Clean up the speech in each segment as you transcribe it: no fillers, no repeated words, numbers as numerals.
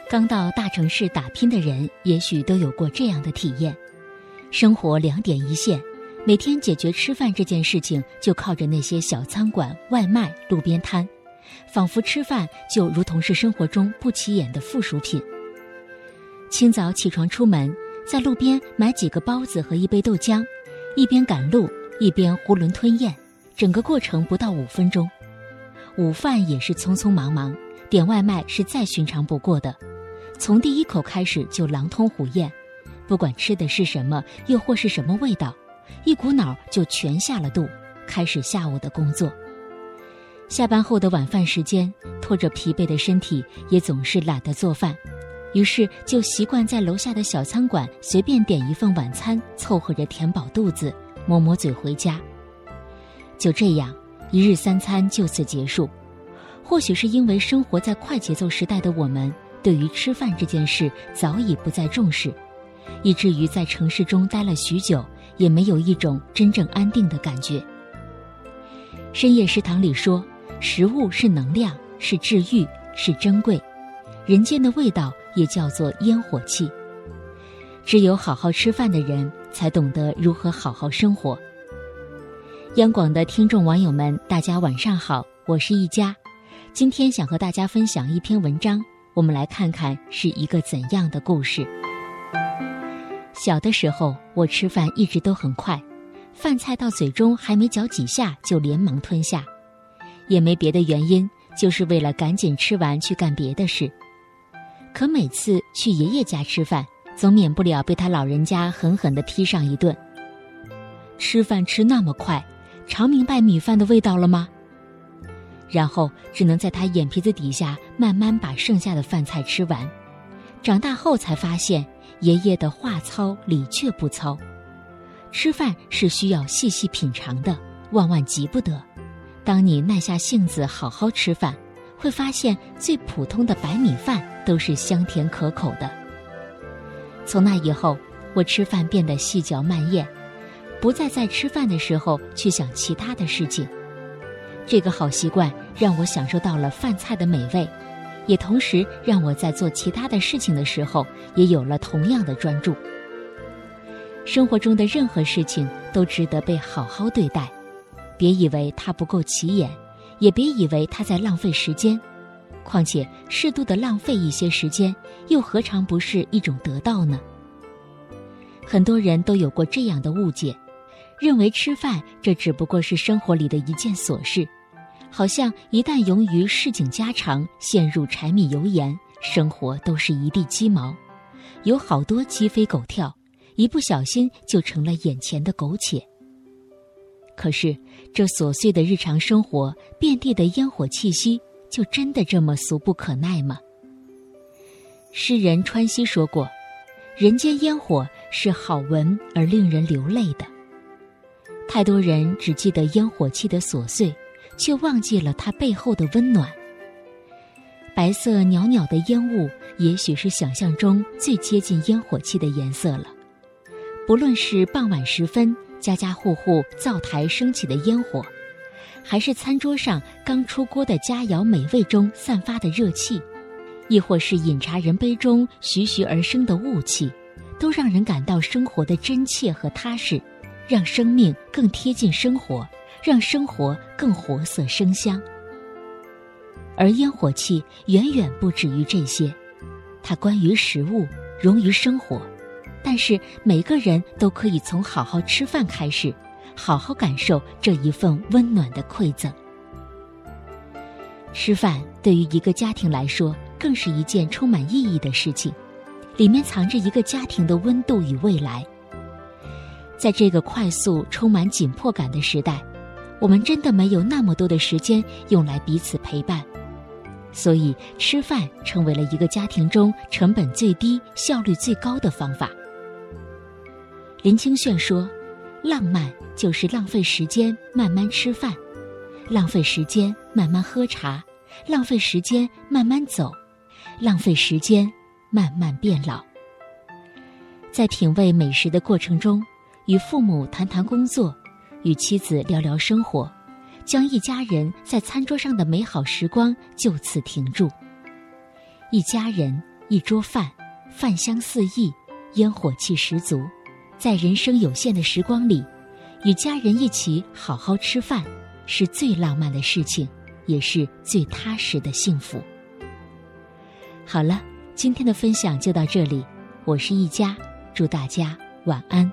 刚到大城市打拼的人，也许都有过这样的体验：生活两点一线，每天解决吃饭这件事情就靠着那些小餐馆、外卖、路边摊，仿佛吃饭就如同是生活中不起眼的附属品。清早起床出门，在路边买几个包子和一杯豆浆，一边赶路一边囫囵吞咽，整个过程不到5分钟。午饭也是匆匆忙忙，点外卖是再寻常不过的，从第一口开始就狼吞虎咽，不管吃的是什么，又或是什么味道，一股脑就全下了肚，开始下午的工作。下班后的晚饭时间，拖着疲惫的身体，也总是懒得做饭，于是就习惯在楼下的小餐馆随便点一份晚餐，凑合着填饱肚子，抹抹嘴回家。就这样，一日3餐就此结束。或许是因为生活在快节奏时代的我们，对于吃饭这件事早已不再重视，以至于在城市中待了许久，也没有一种真正安定的感觉。深夜食堂里说，食物是能量，是治愈，是珍贵，人间的味道也叫做烟火气。只有好好吃饭的人，才懂得如何好好生活。央广的听众网友们，大家晚上好，我是一家。今天想和大家分享一篇文章，我们来看看是一个怎样的故事。小的时候，我吃饭一直都很快，饭菜到嘴中还没嚼几下就连忙吞下，也没别的原因，就是为了赶紧吃完去干别的事。可每次去爷爷家吃饭，总免不了被他老人家狠狠地批上一顿。吃饭吃那么快，尝明白米饭的味道了吗？然后只能在他眼皮子底下慢慢把剩下的饭菜吃完。长大后才发现，爷爷的话糙理却不糙。吃饭是需要细细品尝的，万万急不得。当你耐下性子好好吃饭，会发现最普通的白米饭都是香甜可口的。从那以后，我吃饭变得细嚼慢咽，不再在吃饭的时候去想其他的事情。这个好习惯让我享受到了饭菜的美味，也同时让我在做其他的事情的时候也有了同样的专注。生活中的任何事情都值得被好好对待，别以为它不够起眼，也别以为它在浪费时间。况且适度的浪费一些时间，又何尝不是一种得到呢？很多人都有过这样的误解，认为吃饭这只不过是生活里的一件琐事，好像一旦由于市井家常陷入柴米油盐，生活都是一地鸡毛，有好多鸡飞狗跳，一不小心就成了眼前的苟且。可是这琐碎的日常生活，遍地的烟火气息，就真的这么俗不可耐吗？诗人川西说过，人间烟火是好闻而令人流泪的。太多人只记得烟火气的琐碎，却忘记了它背后的温暖。白色袅袅的烟雾，也许是想象中最接近烟火气的颜色了。不论是傍晚时分，家家户户灶台升起的烟火，还是餐桌上刚出锅的佳肴美味中散发的热气，亦或是饮茶人杯中徐徐而生的雾气，都让人感到生活的真切和踏实，让生命更贴近生活，让生活更活色生香。而烟火气远远不止于这些，它关于食物，融于生活，但是每个人都可以从好好吃饭开始，好好感受这一份温暖的馈赠。吃饭对于一个家庭来说，更是一件充满意义的事情，里面藏着一个家庭的温度与未来。在这个快速充满紧迫感的时代，我们真的没有那么多的时间用来彼此陪伴，所以吃饭成为了一个家庭中成本最低、效率最高的方法。林清炫说，浪漫就是浪费时间慢慢吃饭，浪费时间慢慢喝茶，浪费时间慢慢走，浪费时间慢慢变老。在品味美食的过程中，与父母谈谈工作，与妻子聊聊生活，将一家人在餐桌上的美好时光就此停住。一家人， 一桌饭，饭香四溢，烟火气十足。在人生有限的时光里，与家人一起好好吃饭，是最浪漫的事情，也是最踏实的幸福。好了，今天的分享就到这里，我是一佳，祝大家晚安。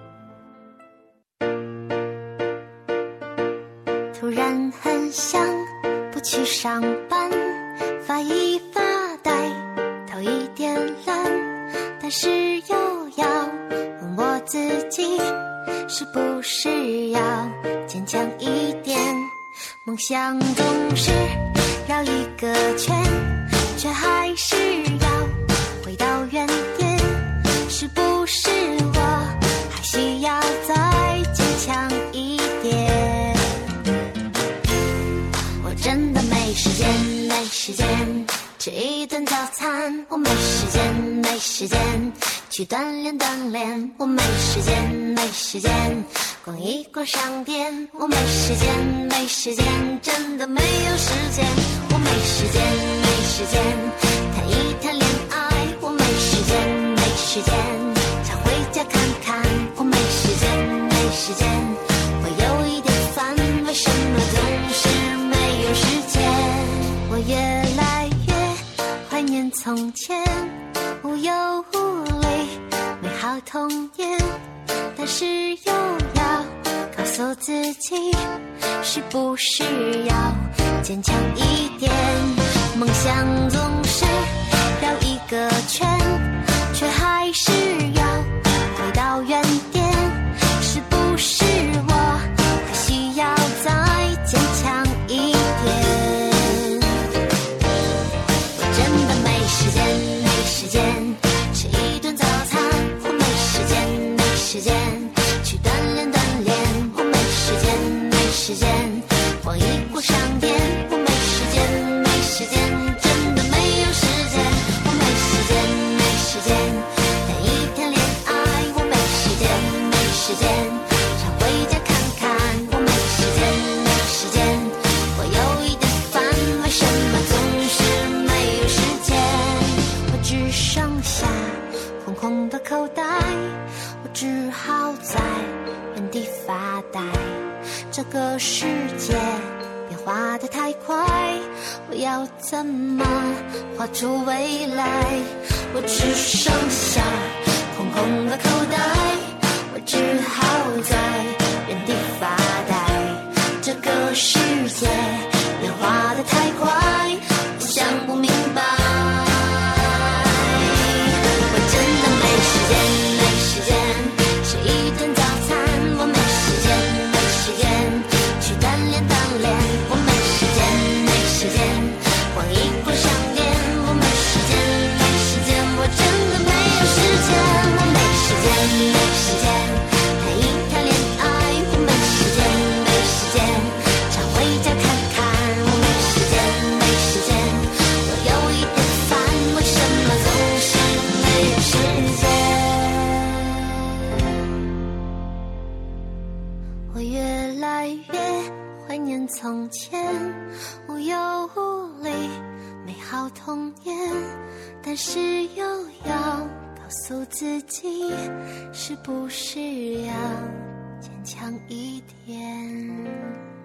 突然很想不去上班，发一发呆，头一点蓝，但是又要问我自己，是不是要坚强一点？梦想总是绕一个圈，却还是要回到原点，是不是我还需要再坚强一点？我真的没时间，没时间吃一顿早餐，我没时间，没时间去锻炼锻炼，我没时间，没时间逛一逛商店，我没时间，没时间真的没有时间，我没时间，没时间谈一谈恋爱，我没时间，没时间想回家看看，我没时间，没时间会有一点烦，为什么总是没有时间？我越来越怀念从前，无忧无虑美好童年，但是又要告诉自己，是不是要坚强一点？梦想总是绕一个圈，却还是要回到原点，是不是我还需要再坚强一点？我真的没时间，没时间吃一顿早餐，我没时间，没时间去锻炼锻炼，我没时间，没时间逛一逛商店，我没时间，没时间真的没有时间，我没时间，没时间谈一谈恋爱，我没时间，没时间想回家看看，我没时间，没时间我有一点烦，为什么总是没有时间？我只剩下空空的口袋，我只好在原地发呆，这个世界变化得太快，我要怎么画出未来？我只剩下空空的口袋，我只好在原地发呆，这个世界变化得太快，我想不明白。我真的没时间，没时间吃一顿早餐，我没时间，没时间去锻炼锻炼，我没时间，没时间逛一逛商店，我没时间，没时间我真的没有时间，我没时间，没时间谈一谈恋爱，我没时间，没时间常回家看看，我没时间，没时间我有一点烦，为什么总是没有时间？我越来越怀念从前，无忧无虑美好童年，但是又要告诉自己，是不是要坚强一点？